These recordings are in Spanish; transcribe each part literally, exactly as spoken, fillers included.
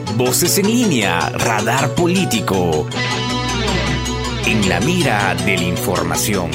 Voces en línea, Radar Político. En la mira de la información.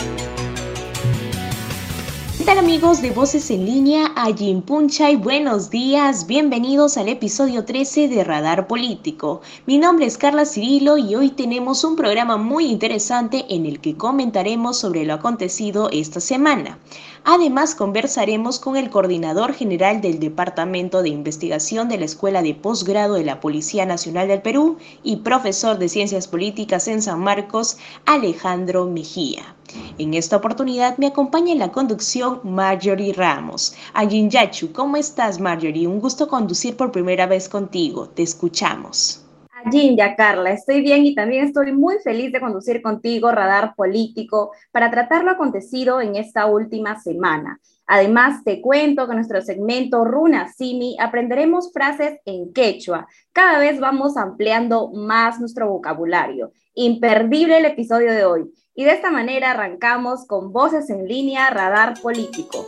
¿Qué tal, amigos de Voces en Línea? Allin Punchay, buenos días, bienvenidos al episodio trece de Radar Político. Mi nombre es Carla Cirilo y hoy tenemos un programa muy interesante en el que comentaremos sobre lo acontecido esta semana. Además, conversaremos con el coordinador general del Departamento de Investigación de la Escuela de Posgrado de la Policía Nacional del Perú y profesor de Ciencias Políticas en San Marcos, Alejandro Mejía. En esta oportunidad me acompaña en la conducción Marjorie Ramos. Allin Yachu, ¿cómo estás, Marjorie? Un gusto conducir por primera vez contigo. Te escuchamos. Allí, ya Carla, estoy bien y también estoy muy feliz de conducir contigo Radar Político para tratar lo acontecido en esta última semana. Además, te cuento que en nuestro segmento Runa Simi aprenderemos frases en quechua. Cada vez vamos ampliando más nuestro vocabulario. Imperdible el episodio de hoy. Y de esta manera arrancamos con Voces en Línea, Radar Político.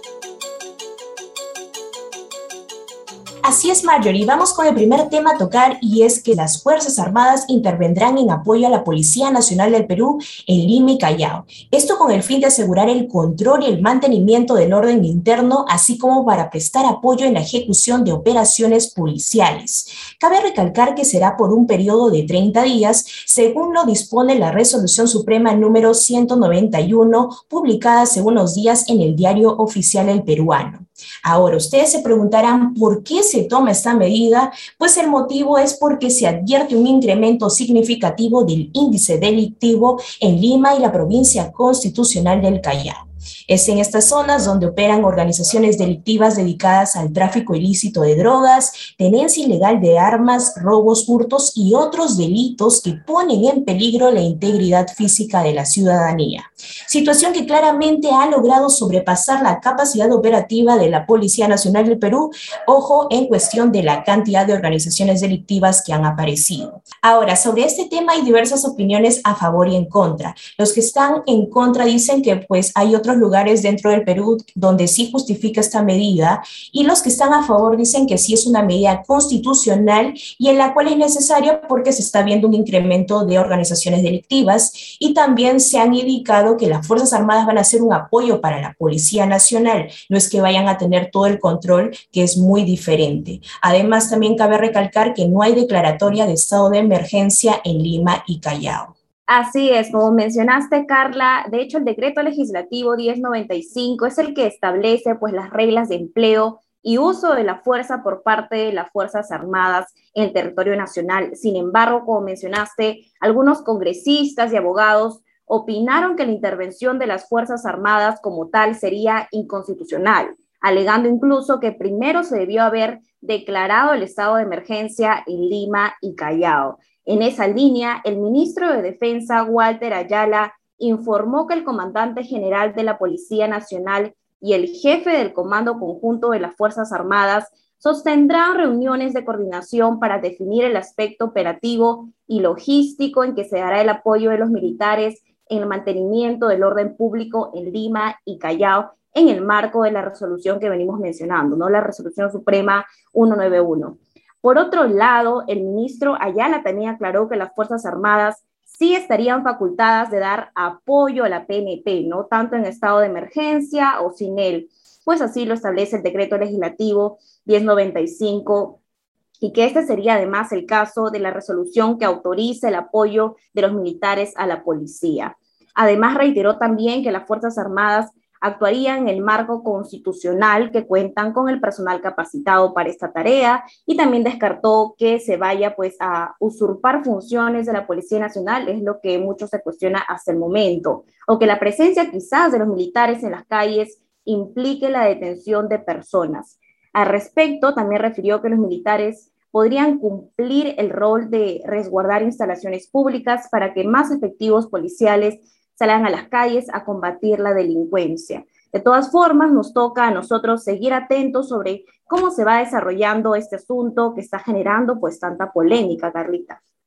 Así es, Marjorie, vamos con el primer tema a tocar y es que las Fuerzas Armadas intervendrán en apoyo a la Policía Nacional del Perú en Lima y Callao. Esto con el fin de asegurar el control y el mantenimiento del orden interno, así como para prestar apoyo en la ejecución de operaciones policiales. Cabe recalcar que será por un periodo de treinta días, según lo dispone la Resolución Suprema número ciento noventa y uno, publicada hace unos días en el Diario Oficial El Peruano. Ahora, ustedes se preguntarán por qué se toma esta medida. Pues el motivo es porque se advierte un incremento significativo del índice delictivo en Lima y la provincia constitucional del Callao. Es en estas zonas donde operan organizaciones delictivas dedicadas al tráfico ilícito de drogas, tenencia ilegal de armas, robos, hurtos y otros delitos que ponen en peligro la integridad física de la ciudadanía. Situación que claramente ha logrado sobrepasar la capacidad operativa de la Policía Nacional del Perú, ojo, en cuestión de la cantidad de organizaciones delictivas que han aparecido. Ahora, sobre este tema hay diversas opiniones a favor y en contra. Los que están en contra dicen que pues hay otros lugares dentro del Perú donde sí justifica esta medida, y los que están a favor dicen que sí es una medida constitucional y en la cual es necesaria porque se está viendo un incremento de organizaciones delictivas, y también se han indicado que las Fuerzas Armadas van a ser un apoyo para la Policía Nacional, no es que vayan a tener todo el control, que es muy diferente. Además, también cabe recalcar que no hay declaratoria de estado de emergencia en Lima y Callao. Así es, como mencionaste, Carla, de hecho el decreto legislativo diez noventa y cinco es el que establece pues las reglas de empleo y uso de la fuerza por parte de las Fuerzas Armadas en el territorio nacional. Sin embargo, como mencionaste, algunos congresistas y abogados opinaron que la intervención de las Fuerzas Armadas como tal sería inconstitucional, alegando incluso que primero se debió haber declarado el estado de emergencia en Lima y Callao. En esa línea, el ministro de Defensa, Walter Ayala, informó que el comandante general de la Policía Nacional y el jefe del Comando Conjunto de las Fuerzas Armadas sostendrán reuniones de coordinación para definir el aspecto operativo y logístico en que se dará el apoyo de los militares en el mantenimiento del orden público en Lima y Callao en el marco de la resolución que venimos mencionando, ¿no? La Resolución Suprema ciento noventa y uno. Por otro lado, el ministro Ayala también aclaró que las Fuerzas Armadas sí estarían facultadas de dar apoyo a la P N P, ¿no? Tanto en estado de emergencia o sin él, pues así lo establece el decreto legislativo diez noventa y cinco, y que este sería además el caso de la resolución que autoriza el apoyo de los militares a la policía. Además, reiteró también que las Fuerzas Armadas actuarían en el marco constitucional, que cuentan con el personal capacitado para esta tarea, y también descartó que se vaya pues a usurpar funciones de la Policía Nacional, es lo que mucho se cuestiona hasta el momento, o que la presencia quizás de los militares en las calles implique la detención de personas. Al respecto, también refirió que los militares podrían cumplir el rol de resguardar instalaciones públicas para que más efectivos policiales salgan a las calles a combatir la delincuencia. De todas formas, nos toca a nosotros seguir atentos sobre cómo se va desarrollando este asunto que está generando pues tanta polémica, Carlita.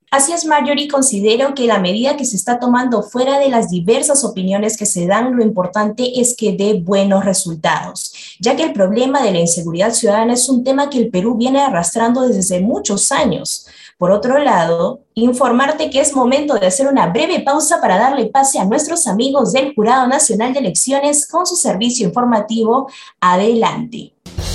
Así es, Marjorie, considero que la medida que se está tomando fuera de las diversas opiniones que se dan, lo importante es que dé buenos resultados, ya que el problema de la inseguridad ciudadana es un tema que el Perú viene arrastrando desde muchos años. Por otro lado, informarte que es momento de hacer una breve pausa para darle pase a nuestros amigos del Jurado Nacional de Elecciones con su servicio informativo. Adelante.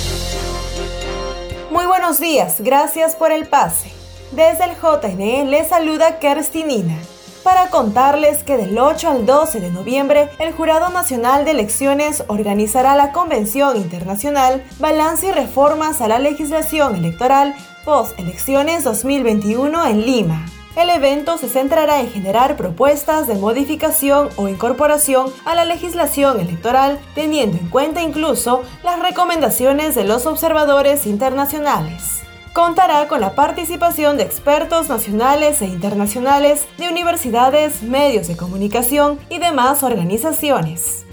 Muy buenos días, gracias por el pase. Desde el J N E les saluda Kerstin Nina para contarles que del ocho al doce de noviembre el Jurado Nacional de Elecciones organizará la Convención Internacional Balance y Reformas a la Legislación Electoral Post-Elecciones dos mil veintiuno en Lima. El evento se centrará en generar propuestas de modificación o incorporación a la legislación electoral, teniendo en cuenta incluso las recomendaciones de los observadores internacionales. Contará con la participación de expertos nacionales e internacionales de universidades, medios de comunicación y demás organizaciones.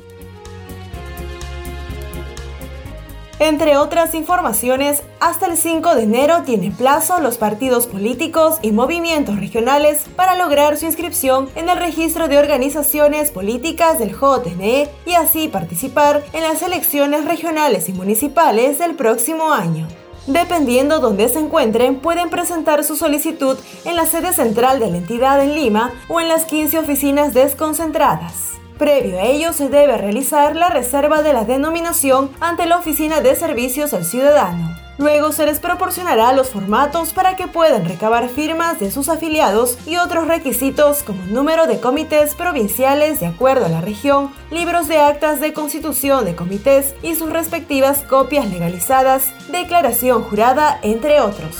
Entre otras informaciones, hasta el cinco de enero tienen plazo los partidos políticos y movimientos regionales para lograr su inscripción en el registro de organizaciones políticas del J N E y así participar en las elecciones regionales y municipales del próximo año. Dependiendo dónde se encuentren, pueden presentar su solicitud en la sede central de la entidad en Lima o en las quince oficinas desconcentradas. Previo a ello, se debe realizar la reserva de la denominación ante la Oficina de Servicios al Ciudadano. Luego se les proporcionará los formatos para que puedan recabar firmas de sus afiliados y otros requisitos como número de comités provinciales de acuerdo a la región, libros de actas de constitución de comités y sus respectivas copias legalizadas, declaración jurada, entre otros.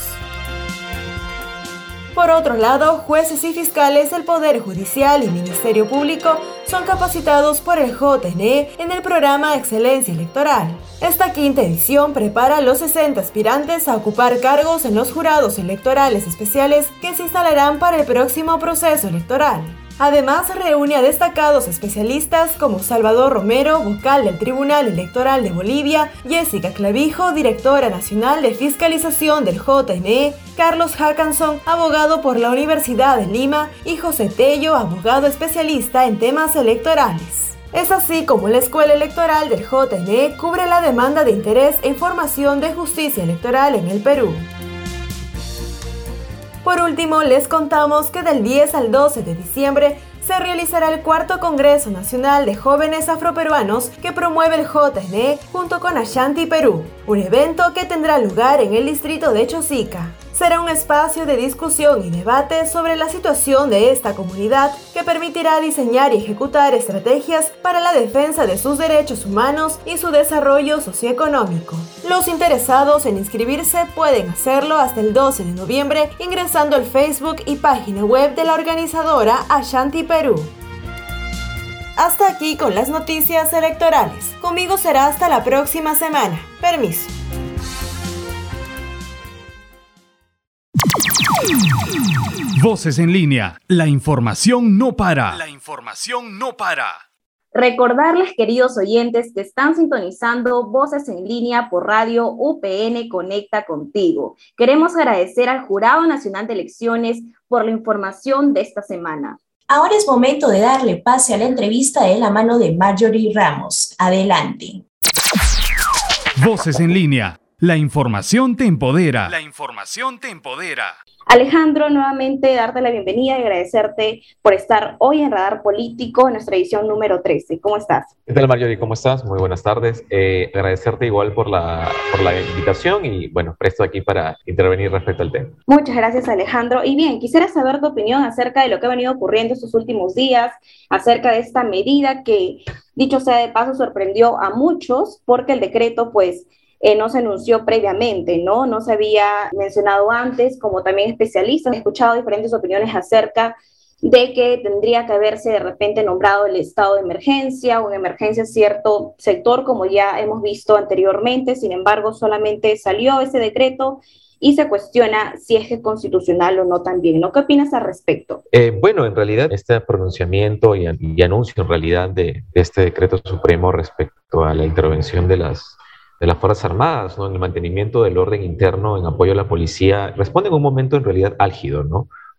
Por otro lado, jueces y fiscales del Poder Judicial y Ministerio Público son capacitados por el J N E en el programa Excelencia Electoral. Esta quinta edición prepara a los sesenta aspirantes a ocupar cargos en los jurados electorales especiales que se instalarán para el próximo proceso electoral. Además, reúne a destacados especialistas como Salvador Romero, vocal del Tribunal Electoral de Bolivia, Jessica Clavijo, directora nacional de fiscalización del J N E, Carlos Hackanson, abogado por la Universidad de Lima, y José Tello, abogado especialista en temas electorales. Es así como la Escuela Electoral del J N E cubre la demanda de interés en formación de justicia electoral en el Perú. Por último, les contamos que del diez al doce de diciembre se realizará el cuarto Congreso Nacional de Jóvenes Afroperuanos que promueve el J N E junto con Ashanti Perú, un evento que tendrá lugar en el distrito de Chosica. Será un espacio de discusión y debate sobre la situación de esta comunidad que permitirá diseñar y ejecutar estrategias para la defensa de sus derechos humanos y su desarrollo socioeconómico. Los interesados en inscribirse pueden hacerlo hasta el doce de noviembre ingresando al Facebook y página web de la organizadora Ashanti Perú. Hasta aquí con las noticias electorales. Conmigo será hasta la próxima semana. Permiso. Voces en línea. La información no para. La información no para. Recordarles, queridos oyentes, que están sintonizando Voces en Línea por Radio U P N Conecta Contigo. Queremos agradecer al Jurado Nacional de Elecciones por la información de esta semana. Ahora es momento de darle pase a la entrevista de la mano de Marjorie Ramos. Adelante. Voces en línea. La información te empodera. La información te empodera. Alejandro, nuevamente darte la bienvenida y agradecerte por estar hoy en Radar Político, en nuestra edición número trece. ¿Cómo estás? ¿Qué tal, Marjorie? ¿Cómo estás? Muy buenas tardes. Eh, agradecerte igual por la, por la invitación y, bueno, presto aquí para intervenir respecto al tema. Muchas gracias, Alejandro. Y bien, quisiera saber tu opinión acerca de lo que ha venido ocurriendo estos últimos días, acerca de esta medida que, dicho sea de paso, sorprendió a muchos porque el decreto, pues, Eh, no se anunció previamente, ¿no? No se había mencionado antes, como también especialistas. He escuchado diferentes opiniones acerca de que tendría que haberse de repente nombrado el estado de emergencia o en emergencia cierto sector, como ya hemos visto anteriormente. Sin embargo, solamente salió ese decreto y se cuestiona si es que es constitucional o no también, ¿no? ¿Qué opinas al respecto? Eh, bueno, en realidad este pronunciamiento y, y anuncio en realidad de, de este decreto supremo respecto a la intervención de las de las Fuerzas Armadas, ¿no? En el mantenimiento del orden interno en apoyo a la policía, responde en un momento en realidad álgido, ¿no?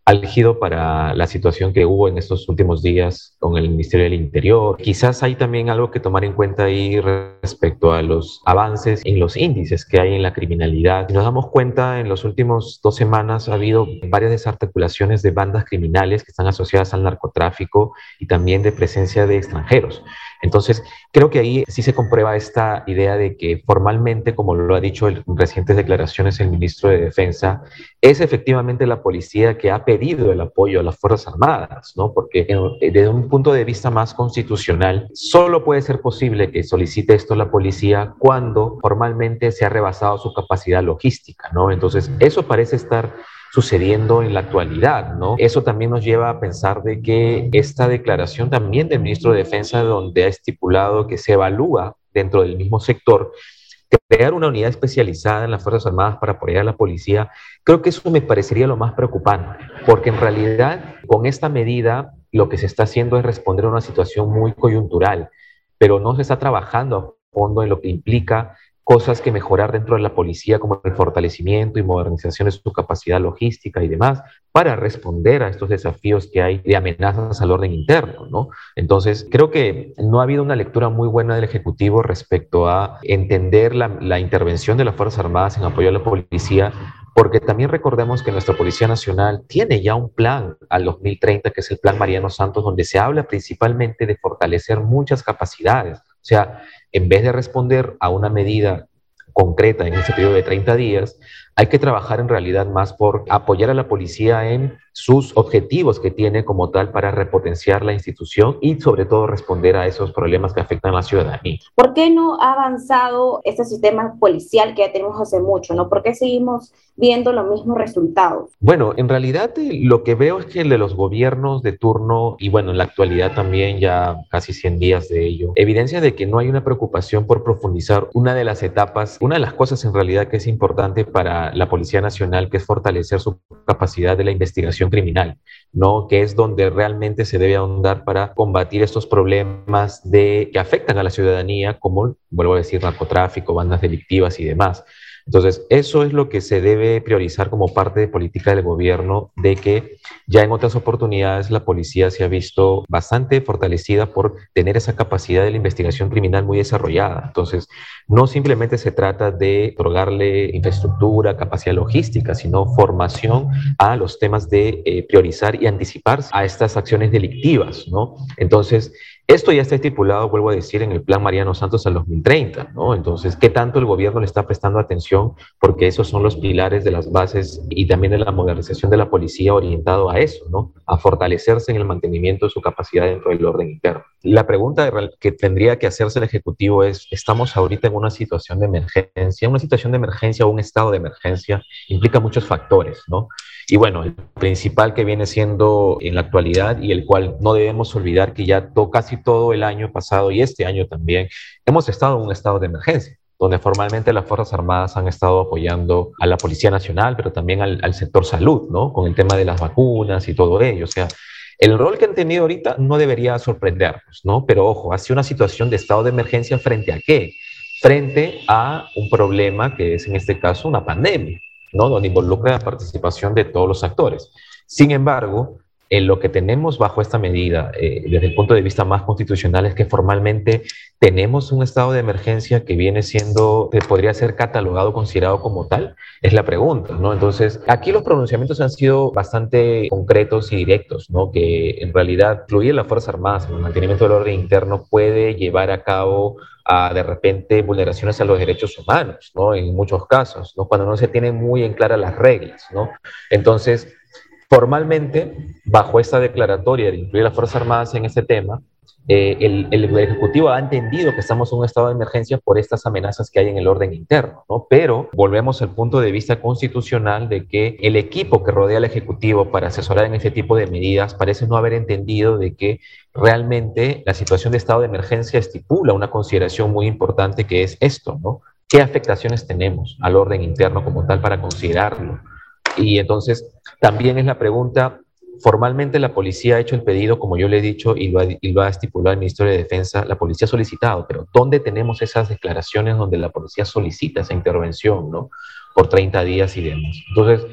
álgido para la situación que hubo en estos últimos días con el Ministerio del Interior. Quizás hay también algo que tomar en cuenta ahí respecto a los avances en los índices que hay en la criminalidad. Si nos damos cuenta, en las últimas dos semanas ha habido varias desarticulaciones de bandas criminales que están asociadas al narcotráfico y también de presencia de extranjeros. Entonces, creo que ahí sí se comprueba esta idea de que formalmente, como lo ha dicho en recientes declaraciones el ministro de Defensa, es efectivamente la policía que ha pedido el apoyo a las Fuerzas Armadas, ¿no? Porque desde un punto de vista más constitucional, solo puede ser posible que solicite esto la policía cuando formalmente se ha rebasado su capacidad logística, ¿no? Entonces, eso parece estar sucediendo en la actualidad, ¿no? Eso también nos lleva a pensar de que esta declaración también del ministro de Defensa, donde ha estipulado que se evalúa dentro del mismo sector crear una unidad especializada en las Fuerzas Armadas para apoyar a la policía, creo que eso me parecería lo más preocupante, porque en realidad con esta medida lo que se está haciendo es responder a una situación muy coyuntural, pero no se está trabajando a fondo en lo que implica cosas que mejorar dentro de la policía, como el fortalecimiento y modernización de su capacidad logística y demás, para responder a estos desafíos que hay de amenazas al orden interno, ¿no? Entonces, creo que no ha habido una lectura muy buena del Ejecutivo respecto a entender la, la intervención de las Fuerzas Armadas en apoyo a la policía, porque también recordemos que nuestra Policía Nacional tiene ya un plan al dos mil treinta, que es el Plan Mariano Santos, donde se habla principalmente de fortalecer muchas capacidades. O sea, en vez de responder a una medida concreta en ese periodo de treinta días, hay que trabajar en realidad más por apoyar a la policía en sus objetivos que tiene como tal para repotenciar la institución y sobre todo responder a esos problemas que afectan a la ciudadanía. ¿Por qué no ha avanzado este sistema policial que ya tenemos hace mucho, ¿no? ¿Por qué seguimos viendo los mismos resultados? Bueno, en realidad eh, lo que veo es que el de los gobiernos de turno, y bueno, en la actualidad también ya casi cien días de ello, evidencia de que no hay una preocupación por profundizar una de las etapas, una de las cosas en realidad que es importante para la Policía Nacional, que es fortalecer su capacidad de la investigación criminal, ¿no? Que es donde realmente se debe ahondar para combatir estos problemas de, que afectan a la ciudadanía, como, vuelvo a decir, narcotráfico, bandas delictivas y demás. Entonces, eso es lo que se debe priorizar como parte de política del gobierno, de que ya en otras oportunidades la policía se ha visto bastante fortalecida por tener esa capacidad de la investigación criminal muy desarrollada. Entonces, no simplemente se trata de otorgarle infraestructura, capacidad logística, sino formación a los temas de eh, priorizar y anticiparse a estas acciones delictivas, ¿no? Entonces, esto ya está estipulado, vuelvo a decir, en el Plan Mariano Santos al dos mil treinta, ¿no? Entonces, ¿qué tanto el gobierno le está prestando atención? Porque esos son los pilares de las bases y también de la modernización de la policía orientado a eso, ¿no? A fortalecerse en el mantenimiento de su capacidad dentro del orden interno. La pregunta que tendría que hacerse el Ejecutivo es, ¿estamos ahorita en una situación de emergencia? Una situación de emergencia o un estado de emergencia implica muchos factores, ¿no? Y bueno, el principal que viene siendo en la actualidad y el cual no debemos olvidar que ya to, casi todo el año pasado y este año también hemos estado en un estado de emergencia, donde formalmente las Fuerzas Armadas han estado apoyando a la Policía Nacional, pero también al, al sector salud, ¿no? Con el tema de las vacunas y todo ello. O sea, el rol que han tenido ahorita no debería sorprendernos, ¿no? Pero ojo, hace una situación de estado de emergencia ¿frente a qué? Frente a un problema que es en este caso una pandemia, ¿no? Donde involucra la participación de todos los actores. Sin embargo, en lo que tenemos bajo esta medida, eh, desde el punto de vista más constitucional, es que formalmente tenemos un estado de emergencia que viene siendo, que podría ser catalogado, considerado como tal, es la pregunta, ¿no? Entonces, aquí los pronunciamientos han sido bastante concretos y directos, ¿no? Que en realidad fluir las Fuerzas Armadas en el mantenimiento del orden interno puede llevar a cabo a, de repente, vulneraciones a los derechos humanos, ¿no? En muchos casos, ¿no? Cuando no se tienen muy en clara las reglas, ¿no? Entonces, formalmente, bajo esta declaratoria de incluir las Fuerzas Armadas en este tema, eh, el, el Ejecutivo ha entendido que estamos en un estado de emergencia por estas amenazas que hay en el orden interno, ¿no? Pero volvemos al punto de vista constitucional de que el equipo que rodea al Ejecutivo para asesorar en este tipo de medidas parece no haber entendido de que realmente la situación de estado de emergencia estipula una consideración muy importante que es esto, ¿no? ¿Qué afectaciones tenemos al orden interno como tal para considerarlo? Y entonces también es la pregunta, formalmente la policía ha hecho el pedido, como yo le he dicho, y lo ha, y lo ha estipulado el Ministerio de Defensa, la policía ha solicitado, pero ¿dónde tenemos esas declaraciones donde la policía solicita esa intervención, ¿no? Por treinta días y demás? Entonces,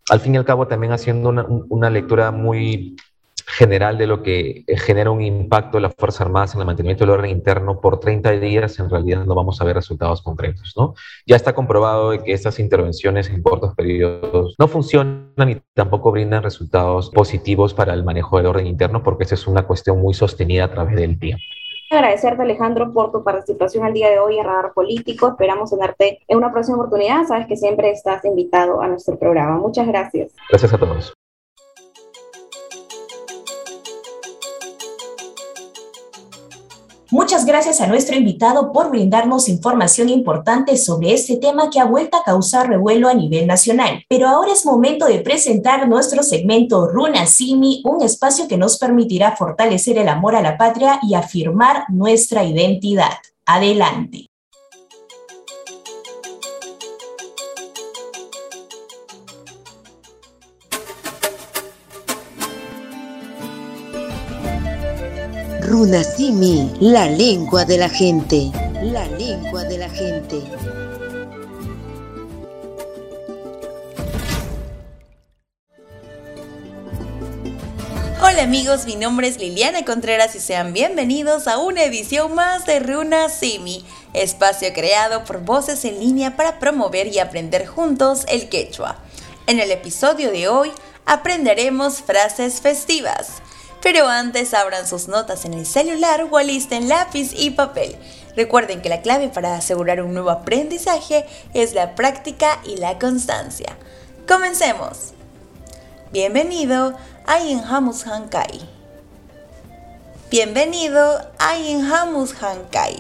al fin y al cabo también haciendo una, una lectura muy general de lo que genera un impacto de las Fuerzas Armadas en el mantenimiento del orden interno por treinta días, en realidad no vamos a ver resultados concretos, ¿no? Ya está comprobado de que estas intervenciones en cortos periodos no funcionan y tampoco brindan resultados positivos para el manejo del orden interno, porque esa es una cuestión muy sostenida a través del tiempo. Agradecerte, Alejandro, por tu participación el día de hoy en Radar Político. Esperamos tenerte en una próxima oportunidad. Sabes que siempre estás invitado a nuestro programa. Muchas gracias. Gracias a todos. Muchas gracias a nuestro invitado por brindarnos información importante sobre este tema que ha vuelto a causar revuelo a nivel nacional. Pero ahora es momento de presentar nuestro segmento Runa Simi, un espacio que nos permitirá fortalecer el amor a la patria y afirmar nuestra identidad. Adelante. Runa Simi, la lengua de la gente, la lengua de la gente. Hola amigos, mi nombre es Liliana Contreras y sean bienvenidos a una edición más de Runa Simi, espacio creado por Voces en Línea para promover y aprender juntos el quechua. En el episodio de hoy aprenderemos frases festivas. Pero antes abran sus notas en el celular o alisten lápiz y papel. Recuerden que la clave para asegurar un nuevo aprendizaje es la práctica y la constancia. ¡Comencemos! Bienvenido a Inhamus Hankai. Bienvenido a Inhamus Hankai.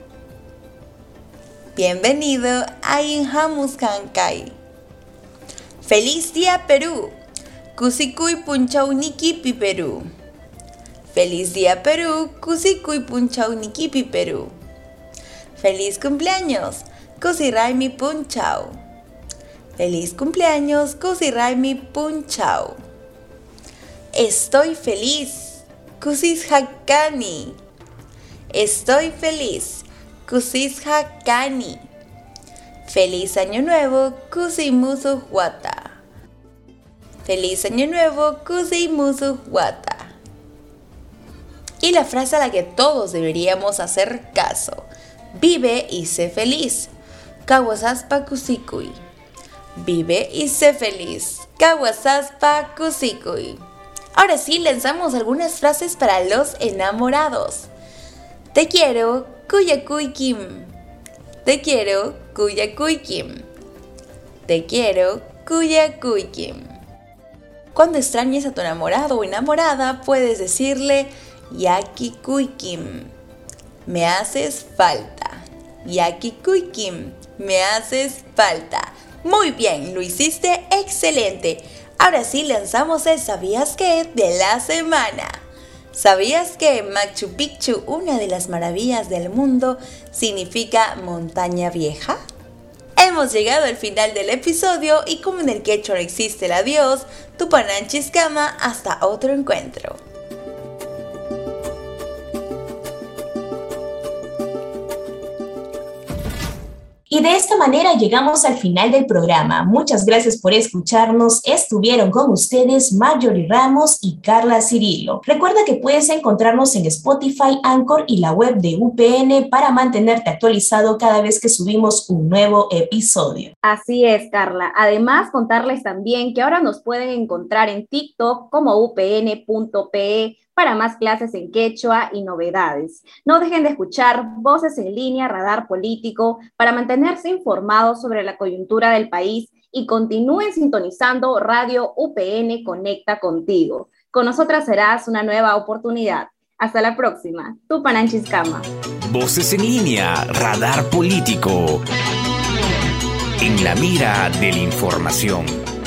Bienvenido a Inhamus Hankai. ¡Feliz Día Perú! Kusikuy Punchaunikipi Perú. ¡Feliz Día Perú! Kusikuy Punchaunikipi Perú. ¡Feliz cumpleaños! Kusiraimi Punchau. ¡Feliz cumpleaños! Kusiraimi Punchau. Estoy feliz. Kusis Hakani. Estoy feliz. Kusis Hakani. ¡Feliz Año Nuevo! Kusimusu Huata. ¡Feliz Año Nuevo! Kusimusu Huata. Y la frase a la que todos deberíamos hacer caso. Vive y sé feliz. Kawasaspa Kusikuy. Vive y sé feliz. Kawasaspa Kusikuy. Ahora sí, lanzamos algunas frases para los enamorados. Te quiero, Kuyakuy Kim. Te quiero, Kuyakuy Kim. Te quiero, Kuyakuy Kim. Cuando extrañes a tu enamorado o enamorada, puedes decirle Yakikuy Kim. Me haces falta. Yakikuy Kim. Me haces falta. Muy bien, lo hiciste excelente. Ahora sí lanzamos el ¿sabías qué? De la semana. ¿Sabías que Machu Picchu, una de las maravillas del mundo, significa montaña vieja? Hemos llegado al final del episodio y como en el quechua no existe el adiós, Tupananchiskama, hasta otro encuentro. Y de esta manera llegamos al final del programa. Muchas gracias por escucharnos. Estuvieron con ustedes Marjorie Ramos y Carla Cirilo. Recuerda que puedes encontrarnos en Spotify, Anchor y la web de U P N para mantenerte actualizado cada vez que subimos un nuevo episodio. Así es, Carla. Además, contarles también que ahora nos pueden encontrar en TikTok como U P N punto P E para más clases en quechua y novedades. No dejen de escuchar Voces en Línea, Radar Político, para mantenerse informados sobre la coyuntura del país y continúen sintonizando Radio U P N Conecta Contigo. Con nosotras serás una nueva oportunidad. Hasta la próxima. Tupananchiskama. Voces en Línea, Radar Político. En la mira de la información.